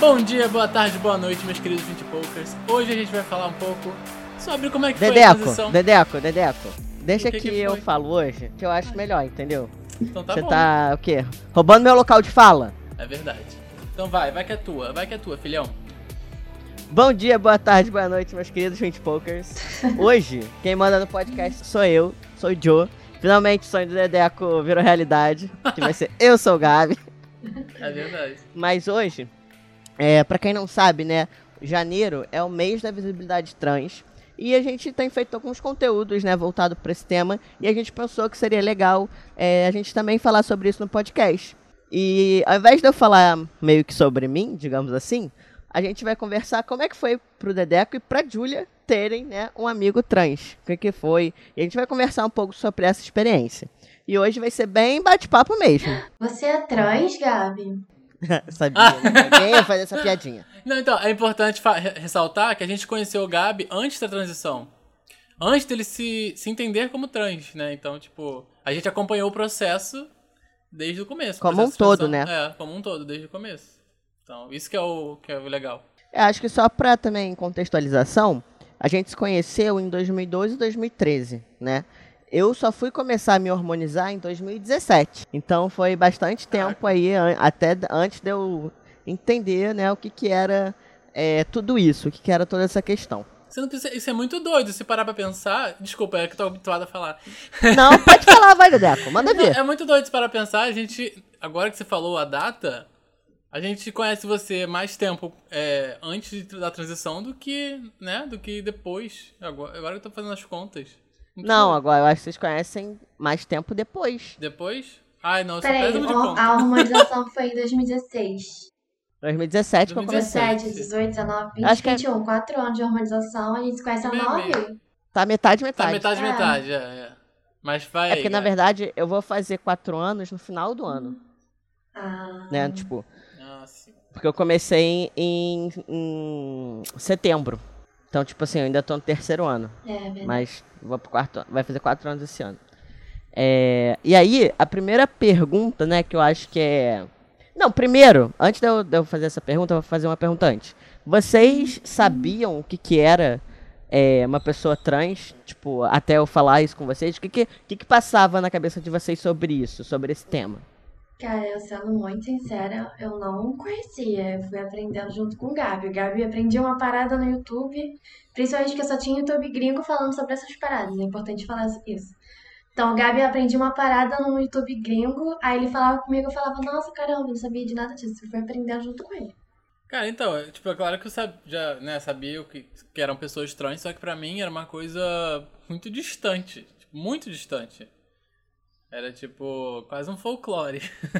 Bom dia, boa tarde, boa noite, meus queridos 20 Pokers. Hoje a gente vai falar um pouco sobre como é que foi a transição. Dedeco, deixa que eu falo hoje, que eu acho melhor, entendeu? Então tá Você bom. tá, o quê? Roubando meu local de fala? É verdade. Então vai que é tua, filhão. Bom dia, boa tarde, boa noite, meus queridos 20 Pokers. Hoje, quem manda no podcast sou eu, sou o Joe. Finalmente o sonho do Dedeco virou realidade, que vai ser Eu Sou o Gabi. É verdade. Mas hoje, pra quem não sabe, né, janeiro é o mês da visibilidade trans. E a gente tem feito alguns conteúdos, né, voltado para esse tema. E a gente pensou que seria legal a gente também falar sobre isso no podcast. E ao invés de eu falar meio que sobre mim, digamos assim, a gente vai conversar como é que foi pro Dedeco e pra Júlia terem, né, um amigo trans. O que foi. E a gente vai conversar um pouco sobre essa experiência. E hoje vai ser bem bate-papo mesmo. Você é trans, Gabi? Sabia, né? Quem ia fazer essa piadinha? Não, então, é importante ressaltar que a gente conheceu o Gabi antes da transição. Antes dele se entender como trans, né? Então, tipo, a gente acompanhou o processo desde o começo. Como um todo, né? Como um todo, desde o começo. Então, isso que é o legal. Acho que só pra também contextualização, a gente se conheceu em 2012 e 2013, né? Eu só fui começar a me hormonizar em 2017. Então foi bastante tempo aí, até antes de eu entender, né, o que era tudo isso, o que era toda essa questão. Você não precisa, isso é muito doido, se parar pra pensar. Desculpa, é que eu tô habituado a falar. Não, pode falar, vai, Dedeco, manda ver. É muito doido se parar pra pensar. A gente, agora que você falou a data, a gente conhece você mais tempo antes da transição do que, né, do que depois. Agora eu tô fazendo as contas. Muito não, doido. agora eu acho que vocês conhecem mais tempo depois. Depois? Ai, não, eu sou Peraí, péssimo de conta. a hormonização foi em 2016. 2017 que eu comecei. 17, 18, 19, 20, Acho que 21. 4 anos de hormonização, a gente se conhece há 9. Tá metade. Tá metade, Mas vai. É porque, na verdade, eu vou fazer 4 anos no final do ano. Né, tipo... Nossa. Porque eu comecei em setembro. Então, tipo assim, eu ainda tô no terceiro ano. É verdade. Mas vou pro quarto ano. Vai fazer 4 anos esse ano. E aí, a primeira pergunta, né, que eu acho que é... Não, primeiro, antes de eu fazer essa pergunta, eu vou fazer uma pergunta antes. Vocês sabiam o que era uma pessoa trans? Tipo, até eu falar isso com vocês, o que passava na cabeça de vocês sobre isso, sobre esse tema? Cara, eu sendo muito sincera, eu não conhecia. Eu fui aprendendo junto com o Gabi. O Gabi aprendia uma parada no YouTube, principalmente que eu só tinha YouTube gringo falando sobre essas paradas. É importante falar isso. Então, o Gabi aprendia uma parada no YouTube gringo, aí ele falava comigo, eu falava, nossa, caramba, não sabia de nada disso. Eu fui aprendendo junto com ele. Cara, então, é claro que eu já, né, sabia que eram pessoas trans, só que pra mim era uma coisa muito distante. Tipo, muito distante. Era, tipo, quase um folclore.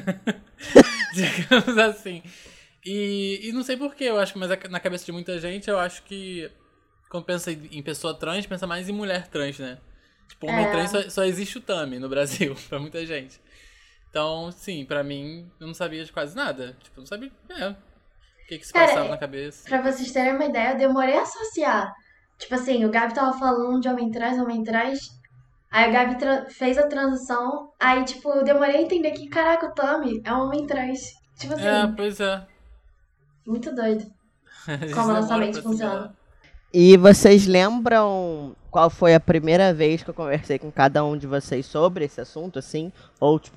Digamos assim. E não sei porquê, eu acho que, mas na cabeça de muita gente, eu acho que quando pensa em pessoa trans, pensa mais em mulher trans, né? Tipo, homem trans só existe o Tami no Brasil, pra muita gente. Então, sim, pra mim, eu não sabia de quase nada. Tipo, eu não sabia o que se passava na cabeça. Pra vocês terem uma ideia, eu demorei a associar. Tipo assim, o Gabi tava falando de homem trans. Aí o Gabi fez a transição. Aí, tipo, eu demorei a entender que, caraca, o Tami é um homem trans. Tipo assim. Pois é. Muito doido. Como a nossa mente funciona. E vocês lembram qual foi a primeira vez que eu conversei com cada um de vocês sobre esse assunto, assim? Ou, tipo,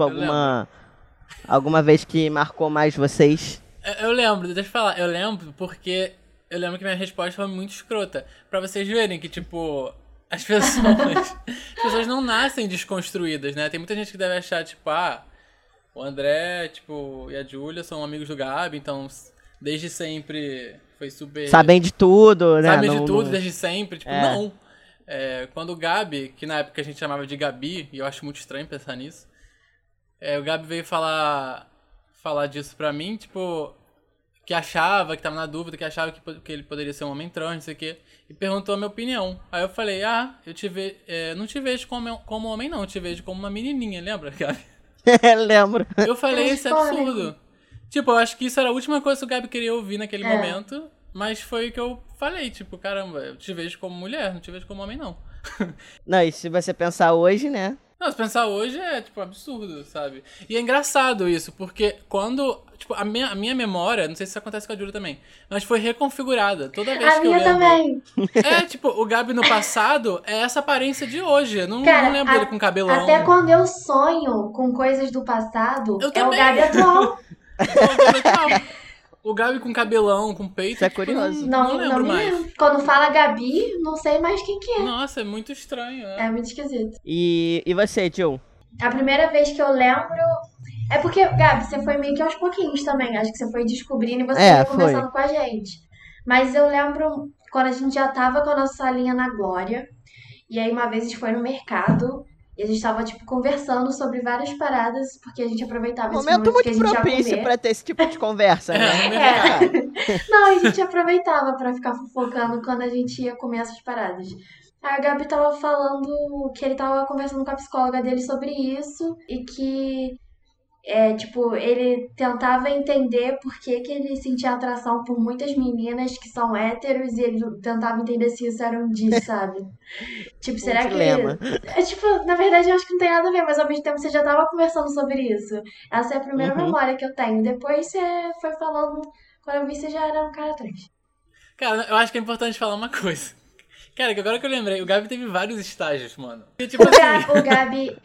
alguma vez que marcou mais vocês? Eu lembro, deixa eu falar. Eu lembro porque eu lembro que minha resposta foi muito escrota. Pra vocês verem que, tipo, as pessoas não nascem desconstruídas, né? Tem muita gente que deve achar, tipo, o André, tipo, e a Júlia são amigos do Gabi, então desde sempre foi super... Sabem de tudo, né? Sabem de tudo desde sempre, tipo, não. Quando o Gabi, que na época a gente chamava de Gabi, e eu acho muito estranho pensar nisso, o Gabi veio falar disso pra mim, tipo, que achava, que tava na dúvida, que achava que ele poderia ser um homem trans, não sei o quê, e perguntou a minha opinião. Aí eu falei, não te vejo como homem não, eu te vejo como uma menininha, lembra, Gabi? Lembro. Eu falei, isso é absurdo. Tipo, eu acho que isso era a última coisa que o Gabi queria ouvir naquele momento, mas foi o que eu falei, tipo, caramba, eu te vejo como mulher, não te vejo como homem não. Não, e se você pensar hoje, né? Não, se pensar hoje é, tipo, absurdo, sabe? E é engraçado isso, porque quando... Tipo, a minha memória, não sei se isso acontece com a Júlia também, mas foi reconfigurada. Toda vez A que eu minha lembro... também. Tipo, o Gabi no passado é essa aparência de hoje. Eu não Cara, lembro dele com cabelão. até quando eu sonho com coisas do passado, Eu é o também. Gabi atual. O Gabi atual. O Gabi com cabelão, com peito, Isso é tipo, curioso. não lembro me mais. lembro. Quando fala Gabi, não sei mais quem que é. Nossa, é muito estranho, né? É muito esquisito. E você, Tio? A primeira vez que eu lembro... É porque, Gabi, você foi meio que aos pouquinhos também. Acho que você foi descobrindo e você ia conversando com a gente. Mas eu lembro quando a gente já tava com a nossa salinha na Glória. E aí uma vez a gente foi no mercado e a gente tava, tipo, conversando sobre várias paradas, porque a gente aproveitava esse Momento momento que a muito gente ia propício comer. pra ter esse tipo de conversa, né? Não, a gente aproveitava pra ficar fofocando quando a gente ia comer essas paradas. A Gabi tava falando que ele tava conversando com a psicóloga dele sobre isso e que, tipo, ele tentava entender por que ele sentia atração por muitas meninas que são héteros e ele tentava entender se isso era um disso, sabe? Tipo, será dilema. que... tipo, na verdade eu acho que não tem nada a ver, mas ao mesmo tempo você já tava conversando sobre isso. Essa é a primeira memória que eu tenho. Depois você foi falando, quando eu vi você já era um cara trans. Cara, eu acho que é importante falar uma coisa. Cara, que agora que eu lembrei, o Gabi teve vários estágios, mano. E, tipo assim... O Gabi,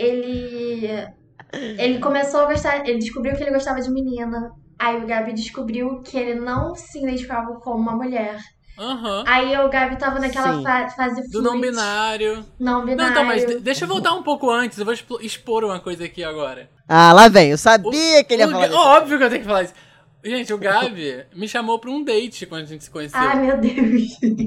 ele começou a gostar, ele descobriu que ele gostava de menina. Aí o Gabi descobriu que ele não se identificava como uma mulher. Aí o Gabi tava naquela fase fluid. Do não binário. Não binário. Não, então, mas deixa eu voltar um pouco antes. Eu vou expor uma coisa aqui agora. Ah, lá vem. Eu sabia que ele ia falar isso. Óbvio que eu tenho que falar isso. Gente, o Gabi me chamou pra um date quando a gente se conheceu. Ai, meu Deus.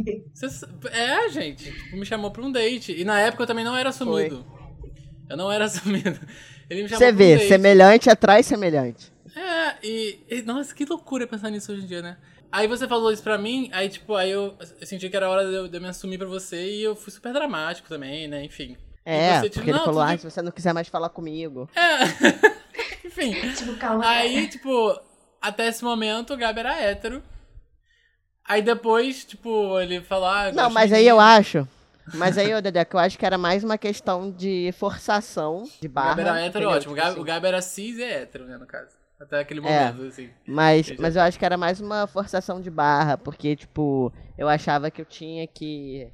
Gente. Tipo, me chamou pra um date. E na época eu também não era assumido. Eu não era assumido. Ele me chamou Você pra um vê, date. semelhante atrai semelhante. Nossa, que loucura pensar nisso hoje em dia, né? Aí você falou isso pra mim, aí tipo, aí eu senti que era hora de eu me assumir pra você e eu fui super dramático também, né? Enfim. Porque ele falou, se você não quiser mais falar comigo. Enfim. Tipo, calma. Aí, tipo, até esse momento o Gabi era hétero. Aí depois, tipo, ele falou, não, mas aí eu acho. Mas aí, Dedé, que eu acho que era mais uma questão de forçação, de barra. O Gabi era hétero, ótimo. Tipo assim. O Gabi era cis e hétero, né, no caso. Até aquele momento, assim. Mas eu acho que era mais uma forçação de barra, porque, tipo, eu achava que eu tinha que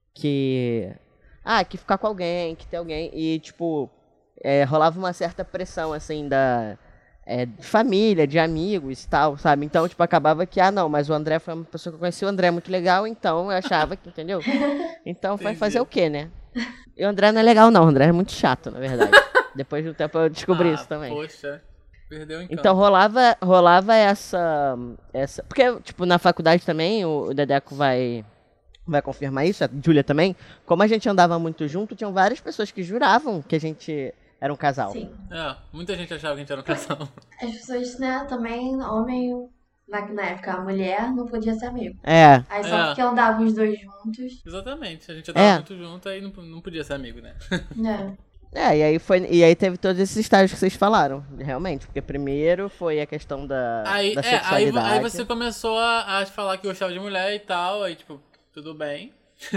ficar com alguém, que ter alguém. E, tipo, rolava uma certa pressão, assim, de família, de amigos e tal, sabe? Então, tipo, acabava que, não, mas o André foi uma pessoa que eu conheci, o André é muito legal, então eu achava que, entendeu? Então, vai fazer o quê, né? E o André não é legal, não, o André é muito chato, na verdade. Depois do tempo eu descobri isso também. Poxa. Perdeu o encanto. Então rolava essa... Porque, tipo, na faculdade também, o Dedeco vai confirmar isso, a Júlia também. Como a gente andava muito junto, tinham várias pessoas que juravam que a gente era um casal. Sim. Muita gente achava que a gente era um casal. As pessoas, né, também, homem, na época, a mulher não podia ser amigo. Aí só porque andavam os dois juntos. Exatamente, a gente andava muito junto, aí não podia ser amigo, né? E aí teve todos esses estágios que vocês falaram, realmente. Porque primeiro foi a questão da sexualidade. Aí você começou a falar que gostava de mulher e tal, aí tipo, tudo bem.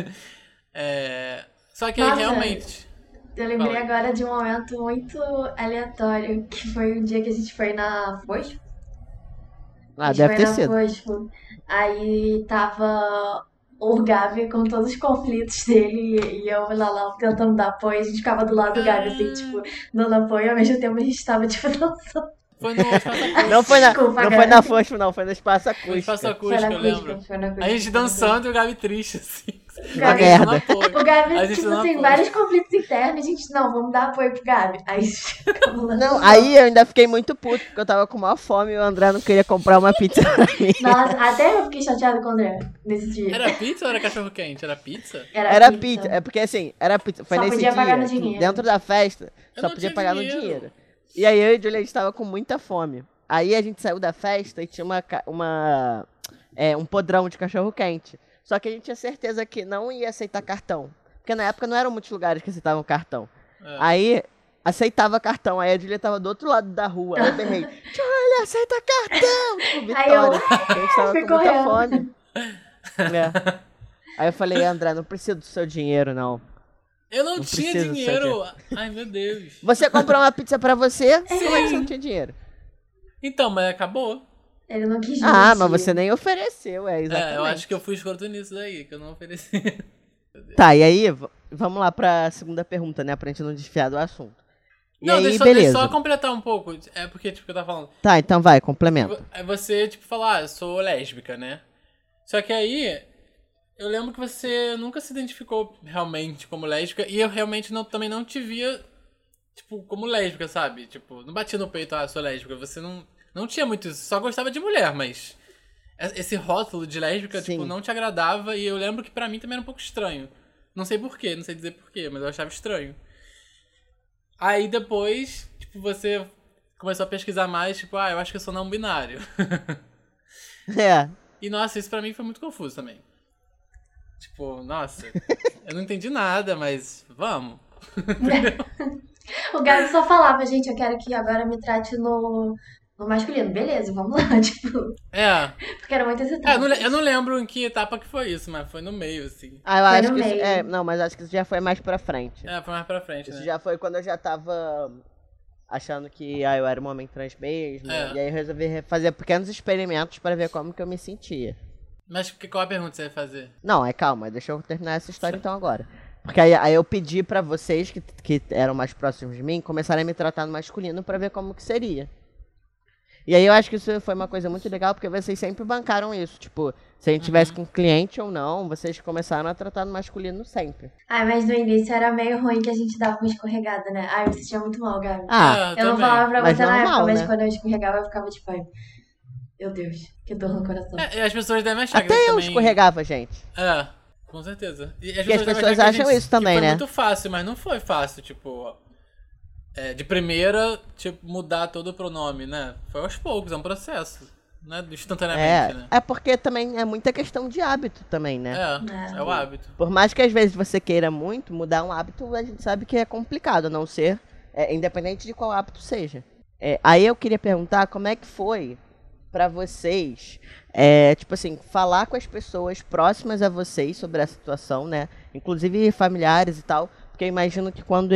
Só que aí realmente... Eu lembrei agora de um momento muito aleatório, que foi um dia que a gente foi na Fosfo. Deve ter sido. Fosfo. Aí tava o Gabi com todos os conflitos dele e eu lá tentando dar apoio. A gente ficava do lado do Gabi, assim, tipo, dando apoio, ao mesmo tempo a gente tava, tipo, dançando. Foi no Espaço Acústico. Não foi na Fosfo, não, foi no Espaço Acústico. No Espaço Acústico, eu lembro. A gente dançando e o Gabi triste, assim. Uma merda. O Gabi, tipo assim, vários conflitos internos, a gente, não, vamos dar apoio pro Gabi. Aí não, aí eu ainda fiquei muito puto, porque eu tava com maior fome e o André não queria comprar uma pizza pra mim. Nossa, até eu fiquei chateada com o André nesse dia. Era pizza ou era cachorro quente? Era pizza? Era pizza. É porque assim, era pizza. Foi só nesse podia dia, pagar no dinheiro. Dentro da festa, Eu só não podia tinha pagar dinheiro. no dinheiro. E aí eu e a Julia, a gente tava com muita fome. Aí a gente saiu da festa e tinha um podrão de cachorro quente. Só que a gente tinha certeza que não ia aceitar cartão. Porque na época não eram muitos lugares que aceitavam cartão. Aí aceitava cartão. Aí a Julia tava do outro lado da rua. Aí eu berrei, Julia, aceita cartão! Tipo, Vitória. A gente tava com muita fome. Aí eu falei, André, não preciso do seu dinheiro, não. Eu não Não tinha precisa do seu dinheiro. Ai, meu Deus. Você comprou uma pizza pra você? Como é que você não tinha dinheiro? Então, mas acabou. Ele não quis Ah, mentir. mas você nem ofereceu, exatamente. Eu acho que eu fui escroto nisso daí, que eu não ofereci. Tá, e aí, vamos lá pra segunda pergunta, né? Pra gente não desfiar do assunto. E Não, aí, deixa beleza. eu só completar um pouco. É porque, tipo, que eu tava falando. Tá, então vai, complementa. É você, tipo, falar, eu sou lésbica, né? Só que aí, eu lembro que você nunca se identificou realmente como lésbica e eu realmente também não te via, tipo, como lésbica, sabe? Tipo, não batia no peito, eu sou lésbica. Você não tinha muito isso, só gostava de mulher, mas esse rótulo de lésbica, Sim. tipo, não te agradava e eu lembro que pra mim também era um pouco estranho. Não sei porquê, não sei dizer porquê, mas eu achava estranho. Aí depois, tipo, você começou a pesquisar mais, tipo, eu acho que eu sou não binário. É. E, nossa, isso pra mim foi muito confuso também. Tipo, nossa, eu não entendi nada, mas vamos. O Gabi só falava, gente, eu quero que agora me trate no masculino. Beleza, vamos lá, tipo. É. Porque era muito excitante. Eu não lembro em que etapa que foi isso, mas foi no meio, assim. Ah, eu Foi acho no que isso, meio. não, mas acho que isso já foi mais pra frente. É, foi mais pra frente, Isso né? já foi quando eu já tava achando que eu era um homem trans mesmo. É. E aí eu resolvi fazer pequenos experimentos pra ver como que eu me sentia. Mas qual a pergunta que você ia fazer? Não, calma, deixa eu terminar essa história então agora. Porque aí eu pedi pra vocês que eram mais próximos de mim começarem a me tratar no masculino pra ver como que seria. E aí eu acho que isso foi uma coisa muito legal, porque vocês sempre bancaram isso. Tipo, se a gente tivesse com cliente ou não, vocês começaram a tratar no masculino sempre. Ai, mas no início era meio ruim que a gente dava uma escorregada, né? Ai, eu me sentia muito mal, Gabi. Ah, Eu não também. falava pra Mas você na normal, época, mas né? quando eu escorregava eu ficava tipo, ai, meu Deus, que dor no coração. E as pessoas devem achar que até eu também... escorregava, gente. É, com certeza. E as devem pessoas achar acham isso que também, foi né? muito fácil, mas não foi fácil, tipo... de primeira, tipo, mudar todo o pronome, né? Foi aos poucos, é um processo. Não é instantaneamente, né? É porque também é muita questão de hábito também, né? É o hábito. Por mais que às vezes você queira muito mudar um hábito, a gente sabe que é complicado, a não ser, independente de qual hábito seja. Aí eu queria perguntar como é que foi pra vocês, tipo assim, falar com as pessoas próximas a vocês sobre a situação, né? Inclusive familiares e tal, porque eu imagino que quando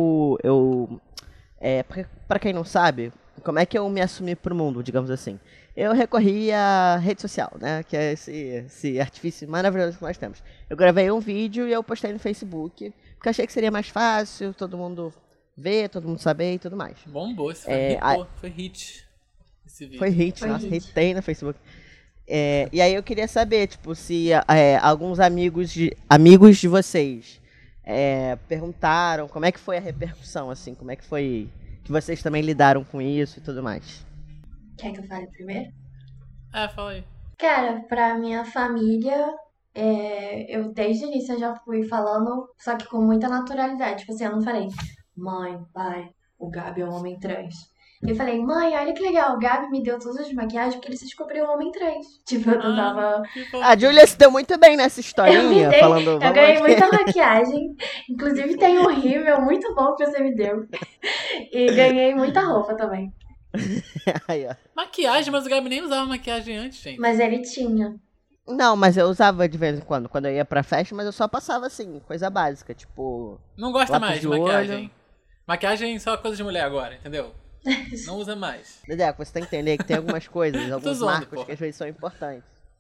pra quem não sabe, como é que eu me assumi pro mundo, digamos assim? Eu recorri à rede social, né? Que é esse artifício maravilhoso que nós temos. Eu gravei um vídeo e eu postei no Facebook, porque eu achei que seria mais fácil, todo mundo ver, todo mundo saber e tudo mais. Bombou, esse foi hit. Esse vídeo. Foi hit, Foi nossa, hit. hitei no Facebook. E aí eu queria saber, tipo, se alguns amigos de vocês perguntaram como é que foi a repercussão, assim, como é que foi que vocês também lidaram com isso e tudo mais. Quer que eu fale primeiro? Fala aí. Cara, pra minha família, eu desde o início eu já fui falando, só que com muita naturalidade. Tipo assim, eu não falei, mãe, pai, o Gabi é um homem trans. Eu falei, mãe, olha que legal, o Gabi me deu todas as maquiagens porque ele se descobriu um homem trans. Tipo, eu tentava. Que fofo. A Julia se deu muito bem nessa Eu, historinha, me dei, falando... eu vamos ganhei aqui. muita maquiagem. Inclusive tem um rímel muito bom que você me deu. E ganhei muita roupa também. Aí, ó. Maquiagem, mas o Gabi nem usava maquiagem antes, gente. Mas ele tinha. Não, mas eu usava de vez em quando eu ia pra festa, mas eu só passava assim, coisa básica, tipo... Não gosta lápis mais de de maquiagem. olho. Maquiagem só coisa de mulher agora, entendeu? Não usa mais. Dedeco, você tem que entender que tem algumas coisas, alguns zoando, marcos porra. que às vezes são importantes.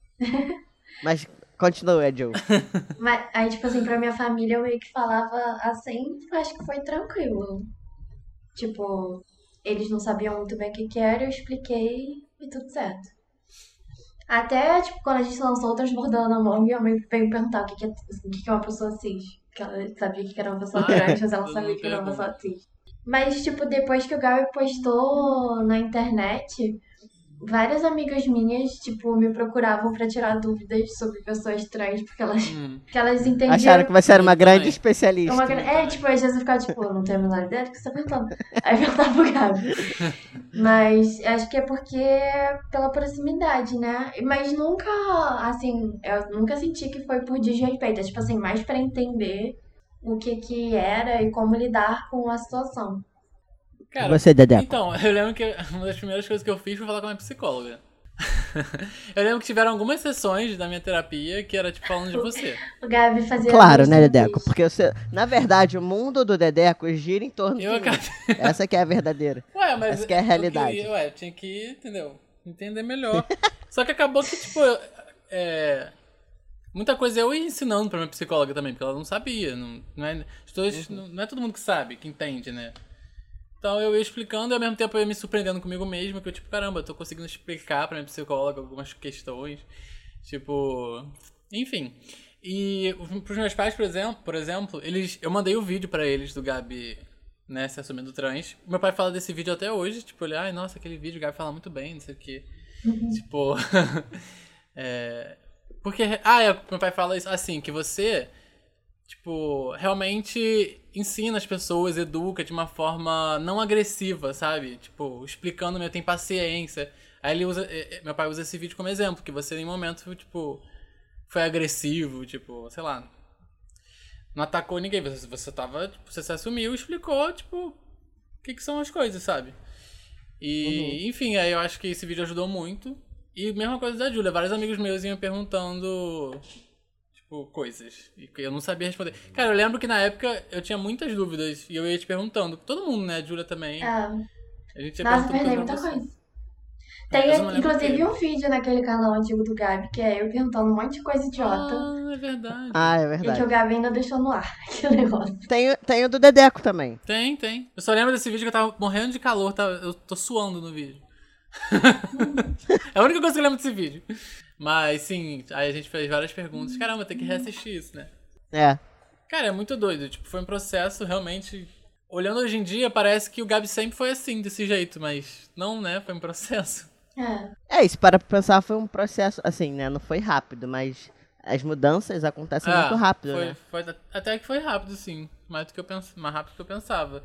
Mas continua, Joe. Mas aí, tipo assim, pra minha família eu meio que falava assim, acho que foi tranquilo. Tipo, eles não sabiam muito bem o que era, eu expliquei e tudo certo. Até, tipo, quando a gente lançou o Transbordando Amor, minha mãe veio me perguntar o que é uma pessoa cis. Que ela sabia que era uma pessoa trans, mas ela todo sabia mundo que era uma pergunta. pessoa cis. Mas, tipo, depois que o Gabi postou na internet, várias amigas minhas, tipo, me procuravam pra tirar dúvidas sobre pessoas trans, porque elas entendiam. Acharam que você era uma Eu grande também. especialista. Tipo, às vezes eu ficava tipo, eu não tenho a menor ideia do que você tá perguntando. Aí perguntava pro Gabi. Mas acho que é porque pela proximidade, né? Mas nunca, assim, eu nunca senti que foi por desrespeito. É tipo assim, mais pra entender o que era e como lidar com a situação. Cara, Você, Dedeco. então, eu lembro que uma das primeiras coisas que eu fiz foi falar com a minha psicóloga. Eu lembro que tiveram algumas sessões da minha terapia que era, tipo, falando de você. O Gabi fazia Claro, as né, minhas Dedeco? terapias. Porque você, na verdade, o mundo do Dedeco gira em torno de Eu mim. acabei... Essa que é a verdadeira. Ué, mas Essa que é a realidade. eu tinha que, entendeu? Entender melhor. Só que acabou que, tipo, muita coisa eu ia ensinando pra minha psicóloga também, porque ela não sabia. Não é todo mundo que sabe, que entende, né? Então eu ia explicando e ao mesmo tempo eu ia me surpreendendo comigo mesmo, que eu, tipo, caramba, eu tô conseguindo explicar pra minha psicóloga algumas questões. Tipo, enfim. E pros meus pais, por exemplo, eu mandei o vídeo pra eles do Gabi, né, se assumindo trans. Meu pai fala desse vídeo até hoje, tipo, ele, ai, nossa, aquele vídeo, o Gabi fala muito bem, não sei o quê. Tipo, porque, meu pai fala isso, assim, que você, tipo, realmente ensina as pessoas, educa de uma forma não agressiva, sabe? Tipo, explicando, tem paciência. Aí meu pai usa esse vídeo como exemplo, que você em momento, tipo, foi agressivo, tipo, sei lá, não atacou ninguém, você tava, tipo, você se assumiu e explicou, tipo, o que são as coisas, sabe? E, enfim, aí eu acho que esse vídeo ajudou muito. E mesma coisa da Júlia, vários amigos meus iam perguntando, tipo, coisas. E eu não sabia responder. Cara, eu lembro que na época eu tinha muitas dúvidas e eu ia te perguntando. Todo mundo, né? A Júlia também. A gente ia Nossa, perguntando perdei coisa pra muita você. coisa. Mas eu Tem, não lembro inclusive, dele. um vídeo naquele canal antigo do Gabi, que é eu perguntando um monte de coisa idiota. Ah, é verdade. Ah, é E que o verdade. Gabi ainda deixou no ar, aquele negócio. Tem o do Dedeco também. Tem. Eu só lembro desse vídeo que eu tava morrendo de calor, eu tô suando no vídeo. É a única coisa que eu lembro desse vídeo. Mas sim, aí a gente fez várias perguntas. Caramba, tem que reassistir isso, né? É. Cara, é muito doido. Tipo, foi um processo realmente. Olhando hoje em dia, parece que o Gabi sempre foi assim, desse jeito, mas não, né? Foi um processo. Isso, para pensar, foi um processo, assim, né? Não foi rápido, mas as mudanças acontecem muito rápido, né? Até que foi rápido, sim. Mais rápido do que eu pensava.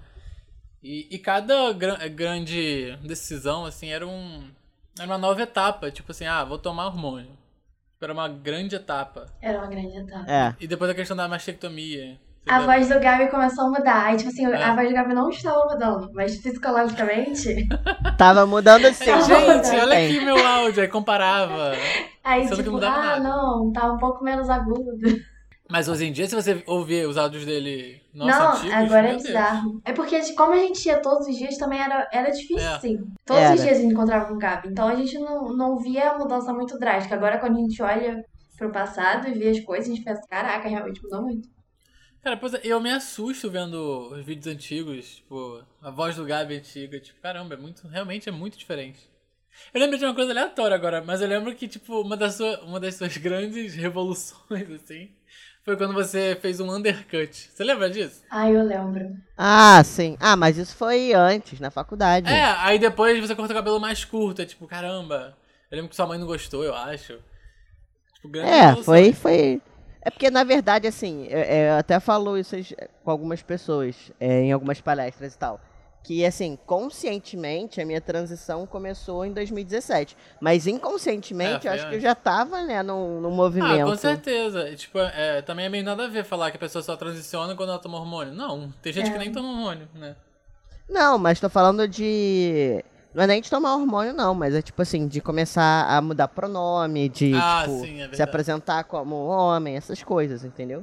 E cada grande decisão, assim, era uma nova etapa. Tipo assim, vou tomar hormônio. Era uma grande etapa. Era uma grande etapa. É. E depois a questão da mastectomia. A voz do Gabi começou a mudar. Aí, tipo assim, É. a voz do Gabi não estava mudando, mas psicologicamente. Tava mudando sim. Gente, olha aqui meu áudio. Aí comparava. Aí, Sendo que tipo, mudava nada. não, tá um pouco menos agudo. Mas hoje em dia, se você ouvir os áudios dele, nossa, Não, antigos, agora é meu Deus. bizarro. É porque, como a gente ia todos os dias, também era difícil, É. assim. Todos Era. os dias a gente encontrava com o Gabi. Então a gente não via a mudança muito drástica. Agora, quando a gente olha pro passado e vê as coisas, a gente pensa, caraca, realmente mudou muito. Cara, pois eu me assusto vendo os vídeos antigos, tipo, a voz do Gabi antiga, tipo, caramba, realmente é muito diferente. Eu lembro de uma coisa aleatória agora, mas eu lembro que, tipo, uma das suas grandes revoluções, assim, foi quando você fez um undercut. Você lembra disso? Eu lembro. Ah, sim. Ah, mas isso foi antes, na faculdade. Aí depois você corta o cabelo mais curto, é tipo, caramba. Eu lembro que sua mãe não gostou, eu acho. Tipo, grande revolução. Foi. É porque, na verdade, assim, eu até falo isso com algumas pessoas, em algumas palestras e tal. Que, assim, conscientemente, a minha transição começou em 2017. Mas inconscientemente, eu acho que eu já tava, né, no movimento. Com certeza. Tipo, também é meio nada a ver falar que a pessoa só transiciona quando ela toma hormônio. Não, tem gente que nem toma hormônio, né? Não, mas tô falando de... Não é nem de tomar hormônio, não, mas é tipo assim, de começar a mudar pronome, de tipo, Sim, é verdade. se apresentar como homem, essas coisas, entendeu?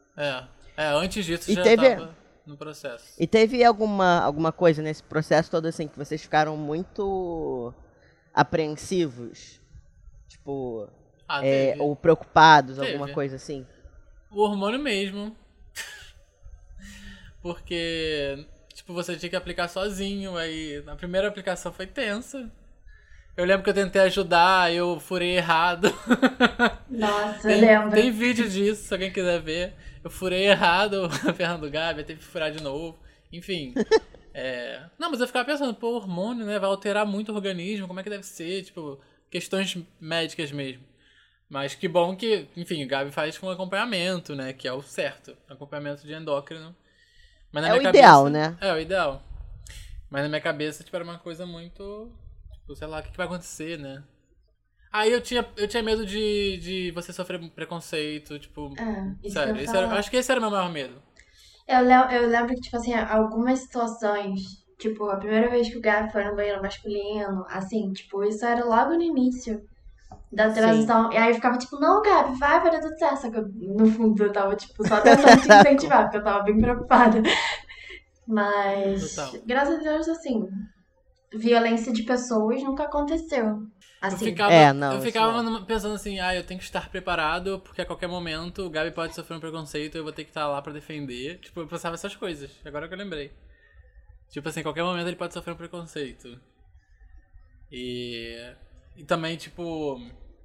Antes disso E já teve- tava no processo. E teve alguma coisa nesse processo todo assim, que vocês ficaram muito apreensivos? Tipo, Teve. ou preocupados, Teve. alguma coisa assim? O hormônio mesmo. Porque, tipo, você tinha que aplicar sozinho, aí na primeira aplicação foi tensa. Eu lembro que eu tentei ajudar, eu furei errado. Nossa, eu lembro. Tem vídeo disso, se alguém quiser ver. Eu furei errado a perna do Gabi, eu teve que furar de novo. Enfim. Não, mas eu ficava pensando, pô, o hormônio, né, vai alterar muito o organismo, como é que deve ser? Tipo, questões médicas mesmo. Mas que bom que, enfim, o Gabi faz com acompanhamento, né, que é o certo. Acompanhamento de endócrino. Mas na É minha o ideal, cabeça, né? É o ideal. Mas na minha cabeça, tipo, era uma coisa muito... Tipo, sei lá, o que vai acontecer, né? Aí eu tinha medo de você sofrer preconceito, tipo... Isso sério, que eu ia falar. acho que esse era o meu maior medo. Eu lembro que, tipo assim, algumas situações Tipo, a primeira vez que o Gabi foi no banheiro masculino, assim, tipo, isso era logo no início da transição. E aí eu ficava tipo, não, Gabi, vai dar tudo certo. Só que no fundo eu tava, tipo, só tentando te incentivar, porque eu tava bem preocupada. Mas, Total. graças a Deus, assim, violência de pessoas nunca aconteceu. Assim, Eu ficava pensando assim, eu tenho que estar preparado, porque a qualquer momento o Gabi pode sofrer um preconceito e eu vou ter que estar lá pra defender. Tipo, eu pensava essas coisas, agora que eu lembrei. Tipo assim, a qualquer momento ele pode sofrer um preconceito. E também, tipo...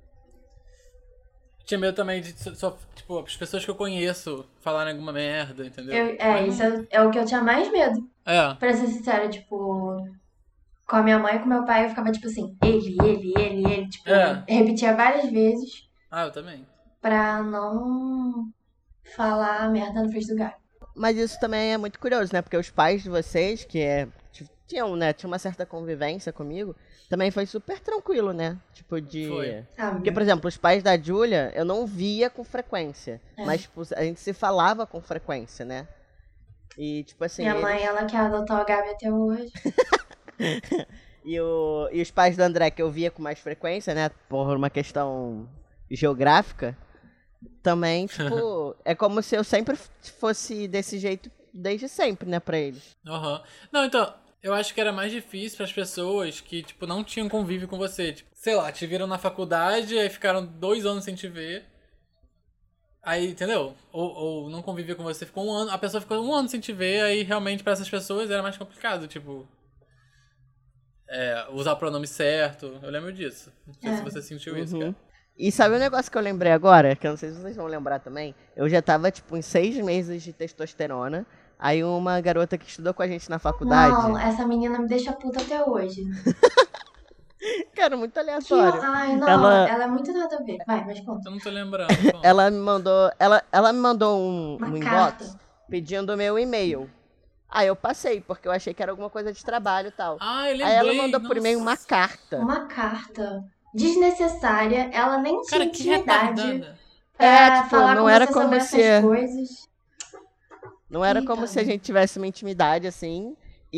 Tinha medo também de, tipo, as pessoas que eu conheço falarem alguma merda, entendeu? isso é o que eu tinha mais medo. É. Pra ser sincera, tipo... Com a minha mãe e com meu pai, eu ficava tipo assim, ele, tipo, repetia várias vezes. Eu também. Pra não falar merda no frente do Gabi. Mas isso também é muito curioso, né? Porque os pais de vocês, tinham uma certa convivência comigo, também foi super tranquilo, né? Tipo, Foi. Porque, por exemplo, os pais da Júlia, eu não via com frequência. Mas, tipo, a gente se falava com frequência, né? E, tipo assim... Minha mãe, ela quer adotar o Gabi até hoje. E os pais do André, que eu via com mais frequência, né? Por uma questão geográfica, também, tipo, é como se eu sempre fosse desse jeito desde sempre, né, pra eles. Não, então, eu acho que era mais difícil pras pessoas que, tipo, não tinham convívio com você. Tipo, sei lá, te viram na faculdade, aí ficaram 2 anos sem te ver. Aí, entendeu? Ou não convivia com você, ficou 1 ano, a pessoa ficou 1 ano sem te ver, aí realmente pra essas pessoas era mais complicado, tipo... usar o pronome certo, eu lembro disso. Não sei se você sentiu isso, cara. E sabe um negócio que eu lembrei agora, que eu não sei se vocês vão lembrar também? Eu já tava, tipo, em 6 meses de testosterona, aí uma garota que estudou com a gente na faculdade... Não, essa menina me deixa puta até hoje. Cara, muito aleatório. Ai, não, ela é muito nada a ver. Vai, mas conta. Eu não tô lembrando. Ela me mandou um inbox carta. pedindo o meu e-mail. Aí eu passei, porque eu achei que era alguma coisa de trabalho e tal. Eu lembrei. Aí ela mandou por e-mail uma carta. Uma carta desnecessária, ela nem tinha intimidade pra tipo, falar não com era você como sobre se... essas coisas. Não era como se a gente tivesse uma intimidade, assim.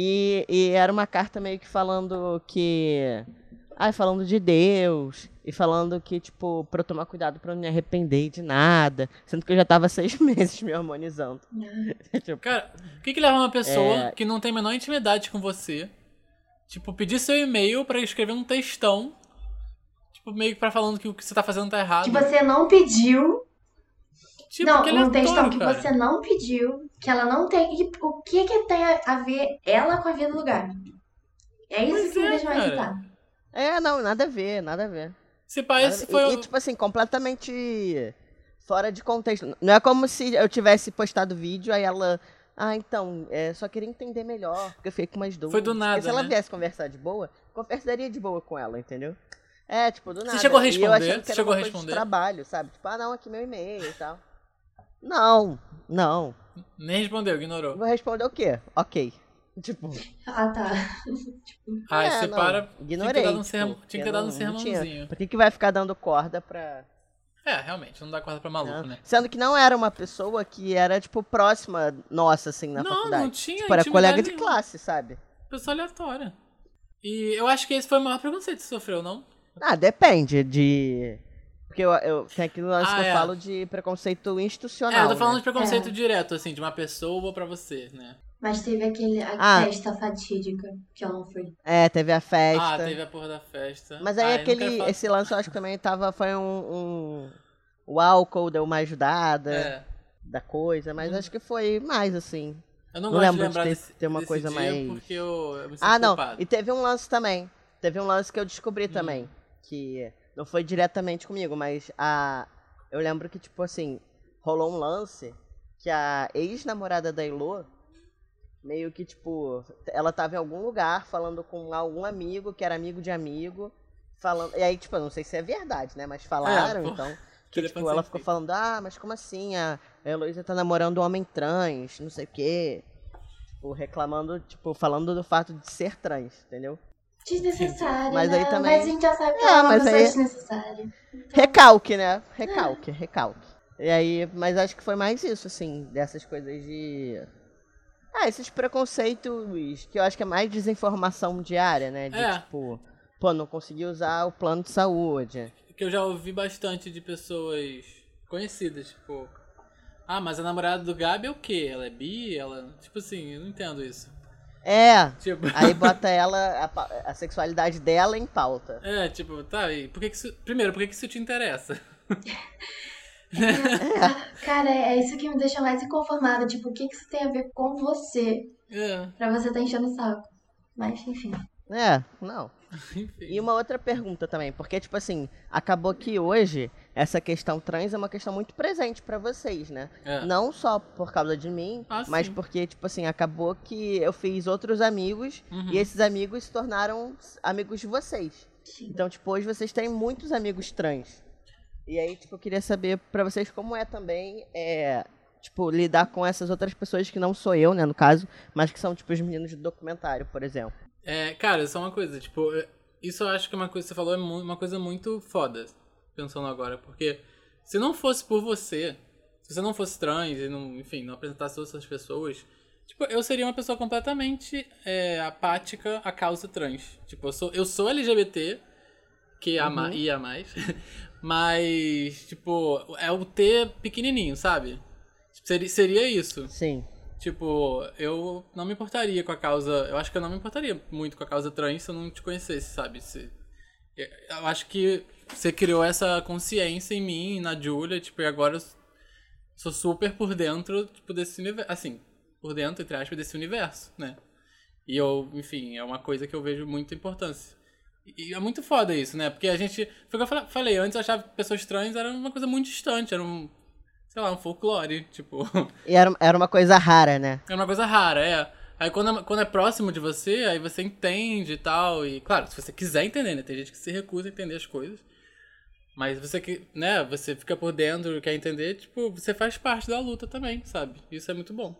E era uma carta meio que falando que... falando de Deus. E falando que, tipo, pra eu tomar cuidado pra não me arrepender de nada. Sendo que eu já tava 6 meses me harmonizando. Tipo, cara, o que leva uma pessoa que não tem a menor intimidade com você, tipo, pedir seu e-mail pra escrever um textão, tipo, meio que pra falando que o que você tá fazendo tá errado. Que você não pediu. Tipo, não, um textão que cara. você não pediu, que ela não tem... O que tem a ver ela com a vida do Gabi? É isso que me deixa mais irritada. Não, nada a ver, nada a ver. Se parece foi... E, tipo assim, completamente fora de contexto. Não é como se eu tivesse postado vídeo, aí ela... então, só queria entender melhor, porque eu fiquei com umas dúvidas. Foi do nada, porque se ela viesse conversar de boa, conversaria de boa com ela, entendeu? Tipo, do nada. Você chegou a responder? E eu achando que era uma coisa de trabalho, sabe? Tipo, não, aqui meu e-mail e tal. Não. Nem respondeu, ignorou. Vou responder o quê? Ok. Tipo... tá. Você para... Ignorei. Tinha que ter dado um sermãozinho. Por que vai ficar dando corda pra... Realmente, não dá corda pra maluco, né? Sendo que não era uma pessoa que era, tipo, próxima nossa, assim, na faculdade. Não tinha tipo, era colega de classe, sabe? Pessoa aleatória. E eu acho que esse foi o maior preconceito que você sofreu, não? Depende de... Porque eu tem aquilo lance que eu falo de preconceito institucional, eu tô falando né? de preconceito direto, assim, de uma pessoa pra você, né? Mas teve a festa fatídica, que eu não fui. Teve a festa. Teve a porra da festa. Mas aí esse lance eu acho que também foi o álcool deu uma ajudada da coisa, mas acho que foi mais, assim. Eu não gosto de lembrar ter uma coisa dia mais... porque eu me sinto culpado. E teve um lance também. Teve um lance que eu descobri também, que não foi diretamente comigo, mas eu lembro que, tipo assim, rolou um lance que a ex-namorada da Elô, meio que, tipo, ela tava em algum lugar falando com algum amigo que era amigo de amigo, falando... E aí, tipo, eu não sei se é verdade, né? Mas falaram, então... Que, tipo, ela ficou falando, mas como assim? A Heloísa tá namorando um homem trans, não sei o quê. Tipo, reclamando, tipo, falando do fato de ser trans, entendeu? Desnecessário, mas aí também... Mas a gente já sabe que ela é uma pessoa aí... desnecessária. Então... Recalque, né? Recalque. E aí, mas acho que foi mais isso, assim, dessas coisas de Esses preconceitos que eu acho que é mais desinformação diária, né? De tipo, pô, não consegui usar o plano de saúde. Que eu já ouvi bastante de pessoas conhecidas, tipo... Ah, mas a namorada do Gabi é o quê? Ela é bi? Ela... Tipo assim, eu não entendo isso. Tipo... Aí bota ela, a sexualidade dela em pauta. Tipo, tá, e por que isso... Primeiro, por que isso te interessa? Cara, é isso que me deixa mais inconformada. Tipo, o que isso tem a ver com você? Pra você tá enchendo o saco. Mas, enfim. Não. Enfim. E uma outra pergunta também, porque, tipo assim, acabou que hoje essa questão trans é uma questão muito presente pra vocês, né? Não só por causa de mim, mas sim. porque, tipo assim, acabou que eu fiz outros amigos e esses amigos se tornaram amigos de vocês. Sim. Então, tipo, hoje vocês têm muitos amigos trans. E aí, tipo, eu queria saber pra vocês como é também, tipo, lidar com essas outras pessoas que não sou eu, né, no caso, mas que são, tipo, os meninos do documentário, por exemplo. Cara, só uma coisa, tipo, isso eu acho que uma coisa que você falou é uma coisa muito foda, pensando agora, porque se não fosse por você, se você não fosse trans e não, enfim, não apresentasse outras pessoas, tipo, eu seria uma pessoa completamente apática à causa trans. Tipo, eu sou LGBT, que ia mais, mas, tipo, é o T pequenininho, sabe? Seria isso. Sim. Tipo, eu não me importaria com a causa... Eu acho que eu não me importaria muito com a causa trans se eu não te conhecesse, sabe? Eu acho que você criou essa consciência em mim, na Júlia, tipo, e agora eu sou super por dentro, tipo, desse universo. Assim, por dentro, entre aspas, desse universo, né? E enfim, é uma coisa que eu vejo muita importância. E é muito foda isso, né? Porque a gente... Foi o que eu falei antes, eu achava que pessoas trans eram uma coisa muito distante, era sei lá, um folclore, tipo... E era uma coisa rara, né? É uma coisa rara, Aí quando é próximo de você, aí você entende e tal. E, claro, se você quiser entender, né? Tem gente que se recusa a entender as coisas. Mas você fica por dentro e quer entender, tipo, você faz parte da luta também, sabe? Isso é muito bom.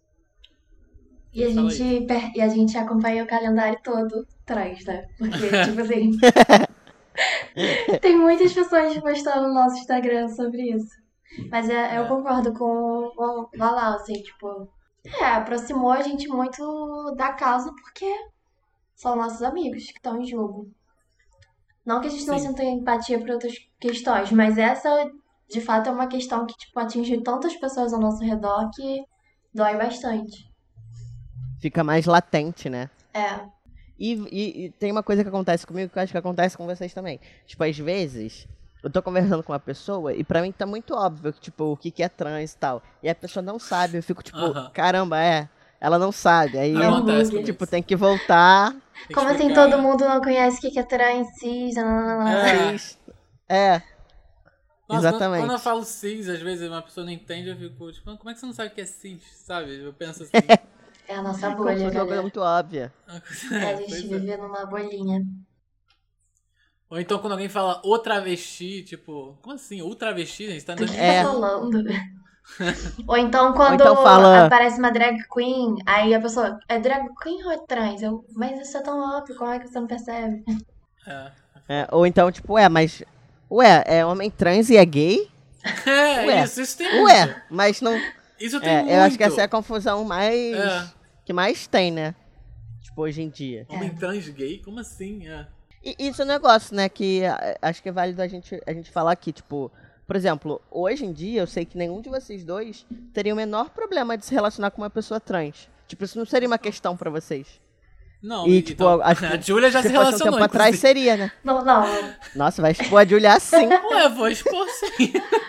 E a gente acompanha o calendário todo atrás, né? Porque, tipo assim... tem muitas pessoas postando no nosso Instagram sobre isso. Mas eu concordo com o Valau, assim, tipo... aproximou a gente muito da causa porque são nossos amigos que estão em jogo. Não que a gente não sinta empatia por outras questões, mas essa, de fato, é uma questão que, tipo, atinge tantas pessoas ao nosso redor que dói bastante. Fica mais latente, né? E tem uma coisa que acontece comigo que eu acho que acontece com vocês também. Tipo, às vezes, eu tô conversando com uma pessoa e pra mim tá muito óbvio que, tipo, o que é trans e tal. E a pessoa não sabe, eu fico tipo, caramba, ela não sabe. Aí, acontece, tipo, tem que voltar. Como assim todo mundo não conhece o que é trans, cis, Cis. Nossa, exatamente. Quando eu falo cis, às vezes uma pessoa não entende, eu fico, tipo, como é que você não sabe o que é cis, sabe? Eu penso assim... É a nossa Como se bolha, fosse uma coisa muito óbvia. A gente vive numa bolinha. Ou então quando alguém fala o travesti, tipo, como assim? O travesti, gente? Tá Do que tá falando? Ou então Ou quando então fala... aparece uma drag queen, aí a pessoa, é drag queen ou é trans? Mas isso é tão óbvio, como é que você não percebe? Ou então, tipo, mas... é homem trans e é gay? Isso tem muito. Mas não... Isso tem muito. Eu acho que essa é a confusão que mais tem, né? Tipo, hoje em dia. Homem trans gay? Como assim? E isso é um negócio, né, que acho que é válido a gente falar aqui, tipo... Por exemplo, hoje em dia, eu sei que nenhum de vocês dois teria o menor problema de se relacionar com uma pessoa trans. Tipo, isso não seria uma questão pra vocês. Não, e tipo, então, acho que a Júlia já se relacionou, um tempo atrás seria, né? Não. Nossa, vai expor a Júlia assim. Ué, vou expor sim.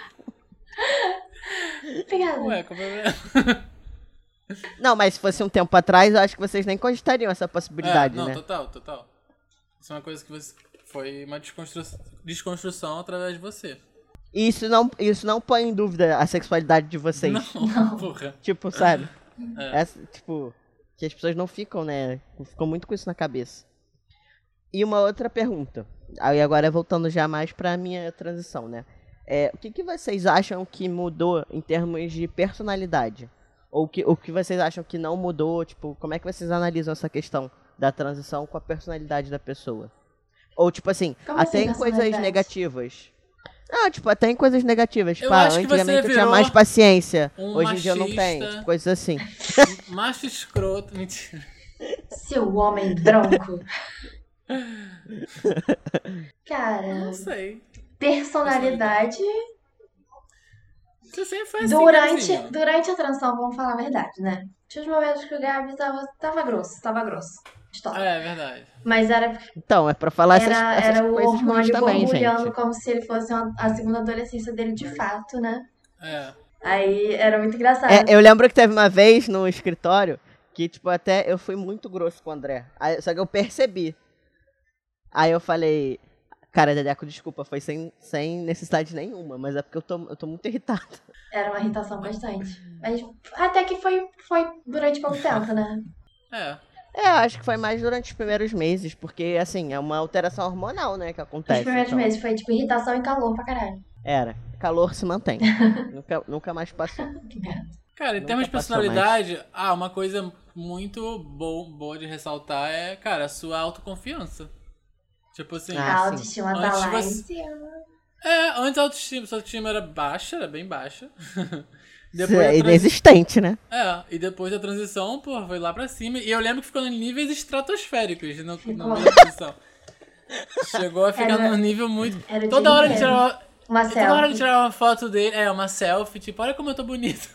Obrigada. Ué, como é... Não, mas se fosse um tempo atrás, eu acho que vocês nem cogitariam essa possibilidade, não, né? Total. Isso é uma coisa que foi uma desconstrução através de você. E isso não põe em dúvida a sexualidade de vocês. Não. Porra. Tipo, sabe? Tipo, que as pessoas não ficam, né? Ficam muito com isso na cabeça. E uma outra pergunta. Aí agora voltando já mais pra minha transição, né? O que vocês acham que mudou em termos de personalidade? Ou o que vocês acham que não mudou? Tipo, como é que vocês analisam essa questão da transição com a personalidade da pessoa? Ou, tipo assim, Como até assim, em coisas personalidade? negativas. Ah, tipo, até em coisas negativas. Eu Tipo, acho que você antigamente eu tinha virou mais paciência. um Hoje em dia eu não tenho. machista. Tipo, coisas assim. Macho escroto. Mentira. Seu homem branco. Não Cara, sei. personalidade. Você sempre foi assim, Gabizinho. Durante a transição, vamos falar a verdade, né? Tinha os momentos que o Gabi tava grosso. Stop. É verdade. Mas Então, é pra falar essas era o coisas ruins hormônio também, borbulhando gente. como se ele fosse a segunda adolescência dele de fato, né? É. Aí era muito engraçado. Eu lembro que teve uma vez no escritório que, tipo, até eu fui muito grosso com o André. Só que eu percebi. Aí eu falei, cara, Dedeco, desculpa, foi sem necessidade nenhuma, mas é porque eu tô muito irritado. Era uma irritação constante. Mas até que foi durante pouco tempo, né? É. Acho que foi mais durante os primeiros meses, porque, assim, é uma alteração hormonal, né, que acontece. Os primeiros então. meses foi tipo irritação e calor pra caralho. Era. Calor se mantém. nunca mais passou. Que merda. Cara, em Nunca termos de passou personalidade, uma coisa muito boa de ressaltar é, cara, a sua autoconfiança. Tipo assim, A Ah, autoestima tá Antes lá em você- cima. antes sua autoestima era baixa, era bem baixa. Isso é inexistente, né? E depois da transição, pô, foi lá pra cima. E eu lembro que ficou em níveis estratosféricos no Ficou. meio da transição. Chegou a ficar Era- num nível muito... Era o Toda dia hora ele inteiro. tirava... Uma Toda hora ele selfie. tirava uma foto dele, uma selfie, tipo, olha como eu tô bonito.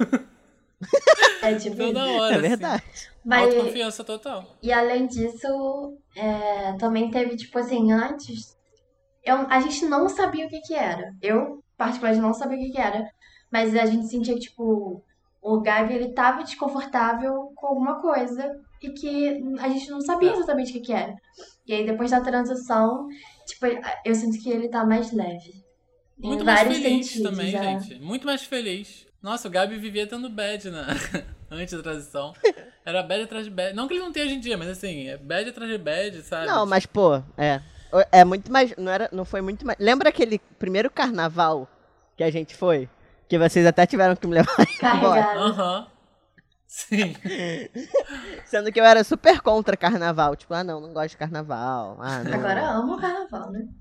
É tipo Toda isso. hora, É assim. verdade. Mas, Autoconfiança total. e além disso, também teve, tipo assim, antes, a gente não sabia o que que era. Eu, particularmente, não sabia o que que era. Mas a gente sentia que, tipo, o Gabi, ele tava desconfortável com alguma coisa e que a gente não sabia exatamente o que que era. E aí, depois da transição, tipo, eu sinto que ele tá mais leve. Muito Em mais vários feliz sentidos, também, é. gente. Muito mais feliz. Nossa, o Gabi vivia tendo bad antes da transição. Era bad atrás de bad. Não que ele não tenha hoje em dia, mas assim, é bad atrás de bad, sabe? Não, mas, pô, é muito mais. Não foi muito mais. Lembra aquele primeiro carnaval que a gente foi? Que vocês até tiveram que me levar embora. Carregado. Aham. Sim. Sendo que eu era super contra carnaval. Tipo, não gosto de carnaval. Não. Agora amo o carnaval, né?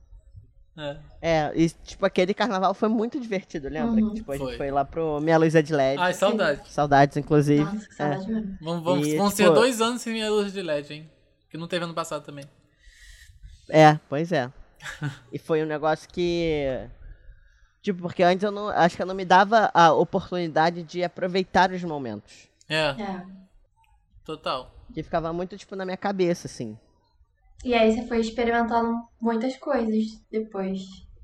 E tipo, aquele carnaval foi muito divertido, lembra? Uhum. Que, tipo, a Foi. gente foi lá pro Minha Luz é de LED. Ai, saudade. Saudades, inclusive. Nossa, que saudade mesmo. Vão ser 2 anos sem minha luz de LED, hein? Que não teve ano passado também. Pois é. E foi um negócio que... Tipo, porque antes acho que eu não me dava a oportunidade de aproveitar os momentos. É, É. total. Que ficava muito, tipo, na minha cabeça, assim. E aí você foi experimentando muitas coisas depois.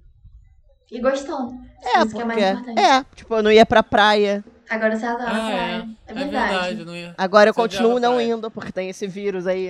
E gostando. Isso que é mais importante. tipo, eu não ia pra praia. Agora você adora Ah, praia. É verdade. eu não ia... Agora eu Você continuo odiava não praia. indo, porque tem esse vírus aí.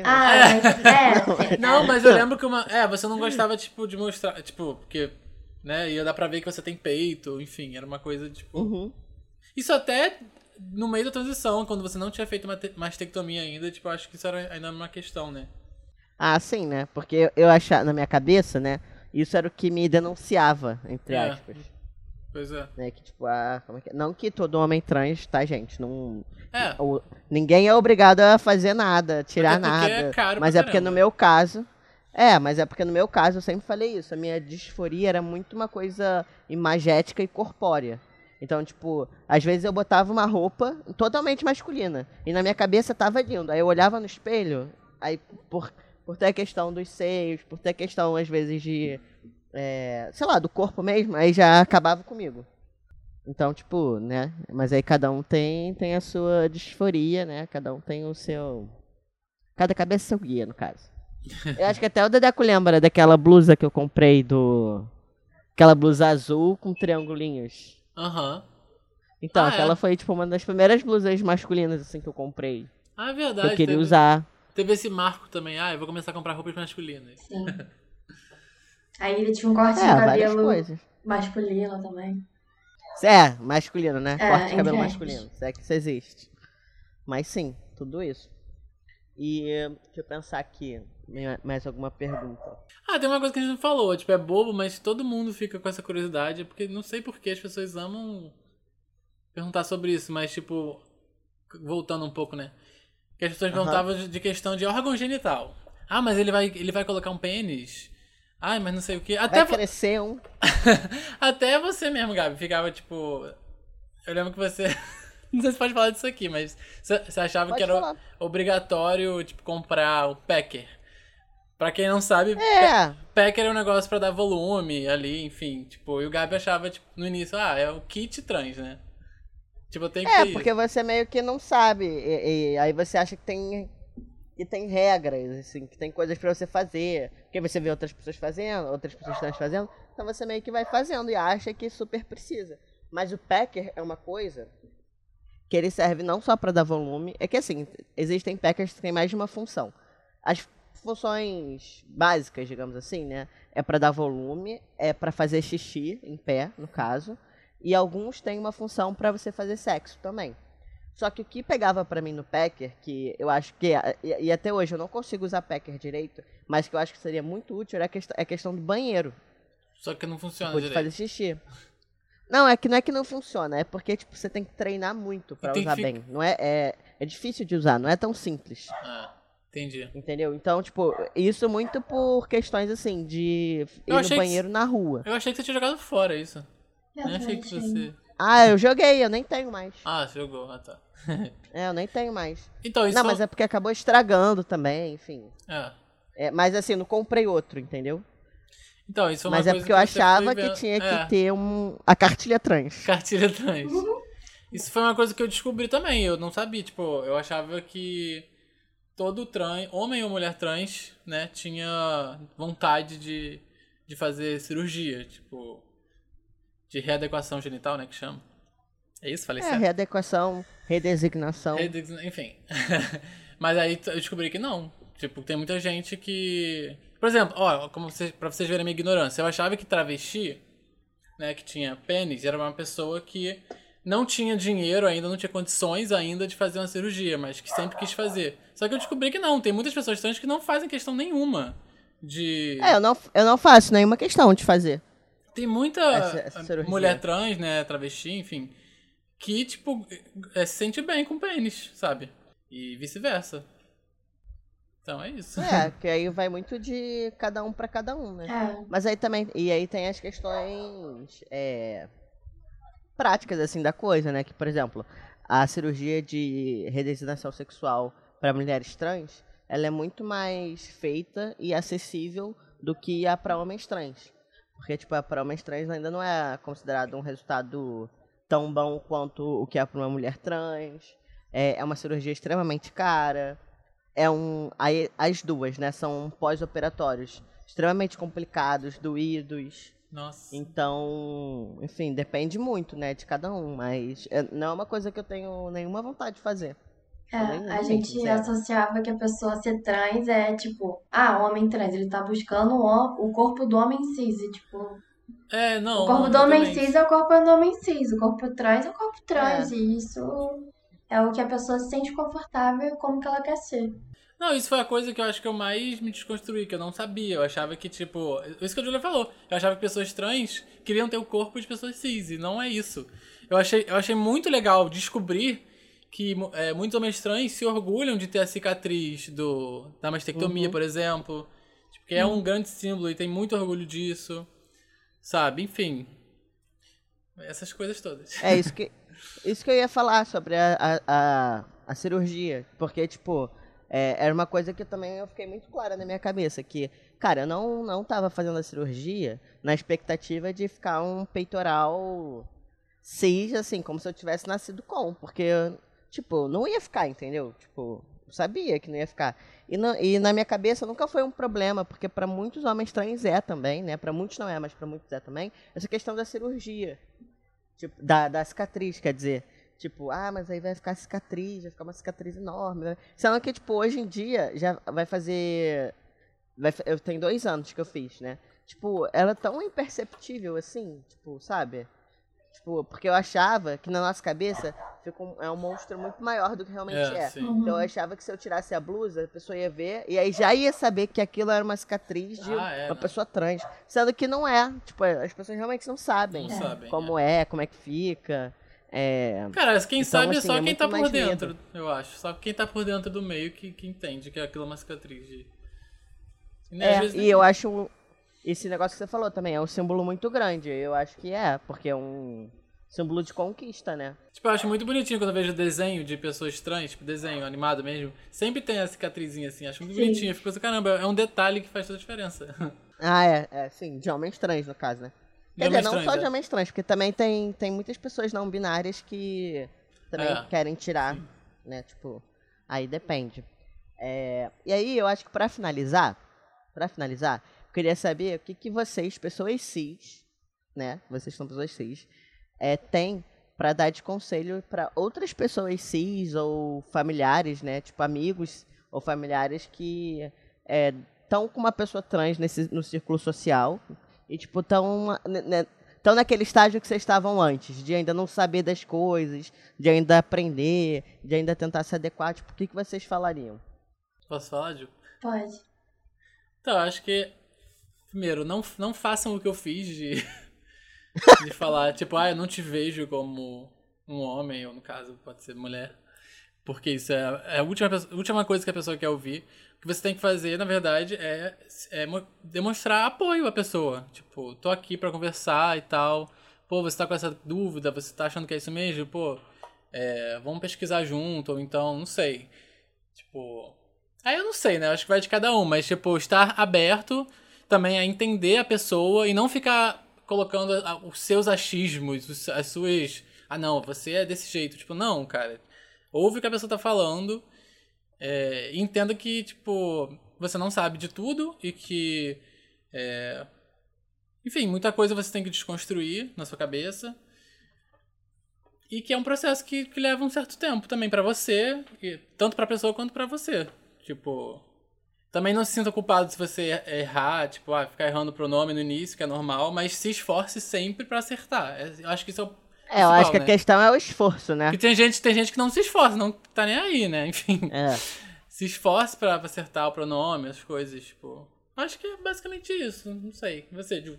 Não, mas eu lembro que você não gostava, tipo, de mostrar, tipo, porque, né, ia dar pra ver que você tem peito, enfim, era uma coisa, tipo... Uhum. Isso até no meio da transição, quando você não tinha feito mastectomia ainda, tipo, eu acho que isso era ainda uma questão, né? Ah, sim, né? Porque eu achava, na minha cabeça, né? Isso era o que me denunciava, entre aspas. Pois é. Né? Que tipo, como é que é? Não que todo homem trans, tá, gente? Não, É. ninguém é obrigado a fazer nada, tirar Até porque nada. é caro Mas pra é porque no caramba. meu caso. Mas é porque no meu caso eu sempre falei isso. A minha disforia era muito uma coisa imagética e corpórea. Então, tipo, às vezes eu botava uma roupa totalmente masculina. E na minha cabeça tava lindo. Aí eu olhava no espelho, aí por ter a questão dos seios, por ter a questão, às vezes, de... sei lá, do corpo mesmo, aí já acabava comigo. Então, tipo, né? Mas aí cada um tem a sua disforia, né? Cada um tem o seu... Cada cabeça é seu guia, no caso. Eu acho que até o Dedeco lembra daquela blusa que eu comprei aquela blusa azul com triangulinhos. Aham. Então, Ah, aquela é? foi, tipo, uma das primeiras blusas masculinas, assim, que eu comprei. Ah, é Que verdade. eu queria usar. Teve esse marco também. Eu vou começar a comprar roupas masculinas. Sim. Aí ele tinha um corte de Várias cabelo coisas. masculino também. Masculino, né? É, Corte de cabelo entre aspas. masculino. Se é que isso existe. Mas sim, tudo isso. E deixa eu pensar aqui. Mais alguma pergunta. Tem uma coisa que a gente não falou. Tipo, é bobo, mas todo mundo fica com essa curiosidade. Porque não sei por que as pessoas amam perguntar sobre isso. Mas, tipo, voltando um pouco, né? Que as pessoas perguntavam de questão de órgão genital. Mas ele vai colocar um pênis Ai, mas não sei o que. Vai crescer um. Até você mesmo, Gabi, ficava tipo. Eu lembro que você. Não sei se pode falar disso aqui, mas você achava Pode que era falar. obrigatório, tipo, comprar o Packer. Pra quem não sabe, É. Packer é um negócio pra dar volume ali, enfim. Tipo, e o Gabi achava, tipo, no início, é o kit trans, né? Tipo, tem que ter Porque isso. você meio que não sabe. E aí você acha que tem regras, assim, que tem coisas pra você fazer. Porque você vê outras pessoas fazendo, outras pessoas trans fazendo. Então você meio que vai fazendo e acha que super precisa. Mas o Packer é uma coisa que ele serve não só pra dar volume. É que assim, existem Packers que têm mais de uma função. As funções básicas, digamos assim, né? É pra dar volume, é pra fazer xixi em pé, no caso. E alguns têm uma função pra você fazer sexo também. Só que o que pegava pra mim no Packer, que eu acho que, e até hoje eu não consigo usar Packer direito, mas que eu acho que seria muito útil, é a questão do banheiro. Só que não funciona Tipo, de direito. fazer xixi. Não é que não funciona, é porque tipo, você tem que treinar muito pra E tem usar que bem. Não é difícil de usar, não é tão simples. Entendi. Entendeu? Então, tipo, isso muito por questões assim, de ir Eu no achei banheiro na rua. Eu achei que você tinha jogado fora isso. Eu Nem achei também que achei. você. Ah, eu joguei, eu nem tenho mais. Você jogou, tá. Eu nem tenho mais. Então, isso. Não, mas é porque acabou estragando também, enfim. É. Mas assim, não comprei outro, entendeu? Então, isso foi uma Mas é coisa porque eu que você achava foi que vendo. tinha que ter a cartilha trans. Cartilha trans. Isso foi uma coisa que eu descobri também. Eu não sabia, tipo, eu achava que todo trans, homem ou mulher trans, né, tinha vontade de fazer cirurgia, tipo, de readequação genital, né, que chama. É isso? Falei certo? Readequação, redesignação. Enfim. Mas aí eu descobri que não. Tipo, tem muita gente que... Por exemplo, pra vocês verem a minha ignorância, eu achava que travesti, né, que tinha pênis, era uma pessoa que não tinha dinheiro ainda, não tinha condições ainda de fazer uma cirurgia, mas que sempre quis fazer. Só que eu descobri que não, tem muitas pessoas trans que não fazem questão nenhuma de... Eu não faço nenhuma questão de fazer. Tem muita essa cirurgia. mulher trans, né, travesti, enfim, que, tipo, se sente bem com pênis, sabe? E vice-versa. Então é isso. Que aí vai muito de cada um pra cada um, né? É. Mas aí também, e aí tem as questões práticas, assim, da coisa, né? Que, por exemplo, a cirurgia de redesignação sexual para mulheres trans, ela é muito mais feita e acessível do que a para homens trans. Porque, tipo, a para homens trans ainda não é considerado um resultado tão bom quanto o que é para uma mulher trans. É uma cirurgia extremamente cara. As duas, né? São pós-operatórios extremamente complicados, doídos. Nossa. Então, enfim, depende muito, né, de cada um. Mas não é uma coisa que eu tenho nenhuma vontade de fazer. A gente associava que a pessoa ser trans é tipo, homem trans, ele tá buscando o corpo do homem cis, e, tipo, Não, o corpo do homem exatamente. cis é o corpo do homem cis, o corpo trans é o corpo trans, e isso é o que a pessoa se sente confortável como que ela quer ser. Não, isso foi a coisa que eu acho que eu mais me desconstruí, que eu não sabia. Eu achava que, tipo... Isso que a Julia falou. Eu achava que pessoas trans queriam ter o corpo de pessoas cis, e não é isso. Eu achei muito legal descobrir que muitos homens trans se orgulham de ter a cicatriz da mastectomia, por exemplo. Tipo, que é um grande símbolo e tem muito orgulho disso. Sabe? Enfim. Essas coisas todas. Isso que eu ia falar sobre a cirurgia. Porque, tipo... era uma coisa que também eu fiquei muito clara na minha cabeça, que, cara, eu não tava fazendo a cirurgia na expectativa de ficar um peitoral cis, assim, como se eu tivesse nascido com, porque, tipo, não ia ficar, entendeu? Tipo, eu sabia que não ia ficar. E na minha cabeça nunca foi um problema, porque pra muitos homens trans é também, né? Pra muitos não é, mas pra muitos é também, essa questão da cirurgia. Tipo, da cicatriz, quer dizer. Tipo, mas aí vai ficar cicatriz, vai ficar uma cicatriz enorme. Né? Sendo que, tipo, hoje em dia já vai fazer... eu tenho 2 anos que eu fiz, né? Tipo, ela é tão imperceptível assim, tipo, sabe? Tipo, porque eu achava que na nossa cabeça é um monstro muito maior do que realmente é. Sim. Então eu achava que se eu tirasse a blusa, a pessoa ia ver, e aí já ia saber que aquilo era uma cicatriz de uma pessoa trans. Sendo que não é. Tipo, as pessoas realmente não sabem como como é que fica. Cara, quem então, sabe assim, é só quem tá por dentro, medo. eu acho. Só quem tá por dentro do meio que entende que aquilo é uma cicatriz. Eu acho esse negócio que você falou também é um símbolo muito grande. Eu acho que porque é um símbolo de conquista, né? Tipo, eu acho muito bonitinho quando eu vejo desenho de pessoas trans, tipo, desenho animado mesmo. Sempre tem a cicatrizinha assim, acho muito bonitinho. Eu fico assim, caramba, é um detalhe que faz toda a diferença. Sim, de homens trans, no caso, né? De Quer dizer, homens não trans, só de homens trans, porque também tem muitas pessoas não binárias que também querem tirar, né? Tipo, aí depende. E aí, eu acho que pra finalizar, eu queria saber o que vocês, pessoas cis, né? Vocês são pessoas cis, têm pra dar de conselho pra outras pessoas cis ou familiares, né? Tipo, amigos ou familiares que estão com uma pessoa trans no círculo social e, tipo, estão naquele estágio que vocês estavam antes, de ainda não saber das coisas, de ainda aprender, de ainda tentar se adequar. Tipo, o que vocês falariam? Posso falar, Ju? Pode. Então, acho que, primeiro, não façam o que eu fiz de falar, tipo, eu não te vejo como um homem, ou no caso, pode ser mulher. Porque isso é a última coisa que a pessoa quer ouvir. O que você tem que fazer, na verdade, é demonstrar apoio à pessoa. Tipo, tô aqui pra conversar e tal. Pô, você tá com essa dúvida, você tá achando que é isso mesmo? Pô, vamos pesquisar junto, ou então, não sei. Tipo... eu não sei, né? Acho que vai de cada um. Mas, tipo, estar aberto também a entender a pessoa e não ficar colocando os seus achismos, as suas... não, você é desse jeito. Tipo, não, cara. Ouve o que a pessoa tá falando e entenda que, tipo, você não sabe de tudo e que, enfim, muita coisa você tem que desconstruir na sua cabeça e que é um processo que leva um certo tempo também pra você, tanto pra pessoa quanto pra você. Tipo, também não se sinta culpado se você errar, tipo, ficar errando o pronome no início, que é normal, mas se esforce sempre pra acertar. Eu acho que isso é o eu acho que a questão é o esforço, né? Porque tem gente que não se esforça, não tá nem aí, né? Enfim. Se esforce pra acertar o pronome, as coisas, tipo... Acho que é basicamente isso. Não sei. E você, Ju?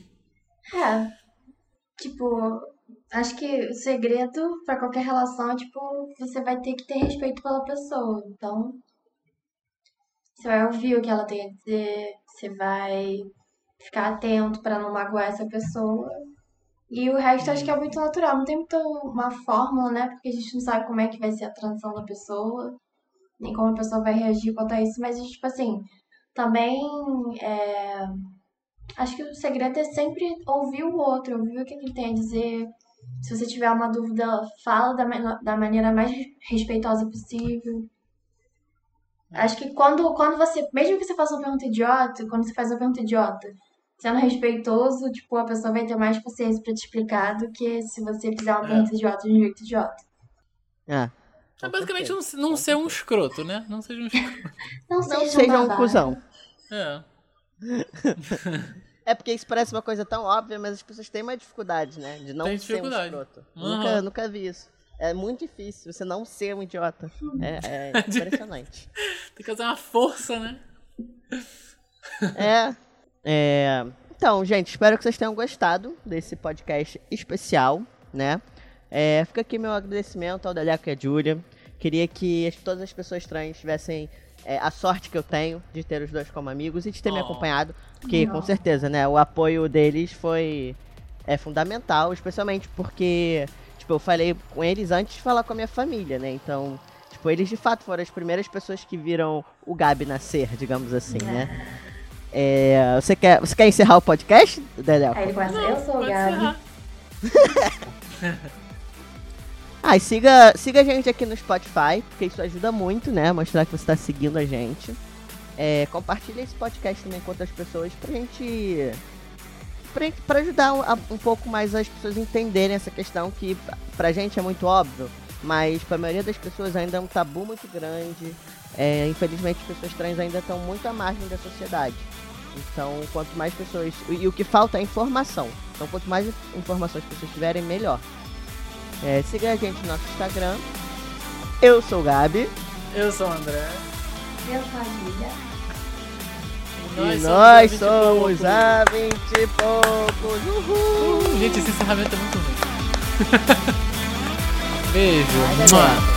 Tipo, acho que o segredo pra qualquer relação é, tipo, você vai ter que ter respeito pela pessoa. Então, você vai ouvir o que ela tem a dizer, você vai ficar atento pra não magoar essa pessoa. E o resto acho que é muito natural, não tem muito uma fórmula, né? Porque a gente não sabe como é que vai ser a transição da pessoa, nem como a pessoa vai reagir quanto a isso, mas, tipo assim, também acho que o segredo é sempre ouvir o outro, ouvir o que ele tem a dizer. Se você tiver uma dúvida, fala da maneira mais respeitosa possível. Acho que quando você, mesmo que você faça uma pergunta idiota, quando você faz uma pergunta idiota, sendo respeitoso, tipo, a pessoa vai ter mais paciência pra te explicar do que se você fizer uma pergunta idiota de um jeito idiota. Basicamente não ser um escroto, né? Não seja um escroto. Não seja um cuzão. Porque isso parece uma coisa tão óbvia, mas as pessoas têm uma dificuldade, né? De não ser um escroto. Nunca vi isso. É muito difícil você não ser um idiota. É impressionante. Tem que fazer uma força, né? Então, gente, espero que vocês tenham gostado desse podcast especial, né? Fica aqui meu agradecimento ao Deleco e à Júlia. Queria que todas as pessoas trans tivessem a sorte que eu tenho de ter os dois como amigos e de ter me acompanhado, porque com certeza, né, o apoio deles foi fundamental, especialmente porque, tipo, eu falei com eles antes de falar com a minha família, né? Então, tipo, eles de fato foram as primeiras pessoas que viram o Gabi nascer, digamos assim, né? Você quer encerrar o podcast, Deleco? Aí ele começa, eu sou o Gabi. E siga a gente aqui no Spotify, porque isso ajuda muito, né? Mostrar que você está seguindo a gente. Compartilha esse podcast também com outras pessoas pra ajudar um pouco mais as pessoas a entenderem essa questão que pra gente é muito óbvio, mas pra maioria das pessoas ainda é um tabu muito grande. Infelizmente, as pessoas trans ainda estão muito à margem da sociedade. Então, quanto mais pessoas... E o que falta é informação. Então, quanto mais informações as pessoas tiverem, melhor. Siga a gente no nosso Instagram. Eu sou o Gabi. Eu sou o André. Eu sou a Júlia. E nós somos a 20 e poucos. Uhul! Gente, esse encerramento é muito ruim. Beijo. Vai,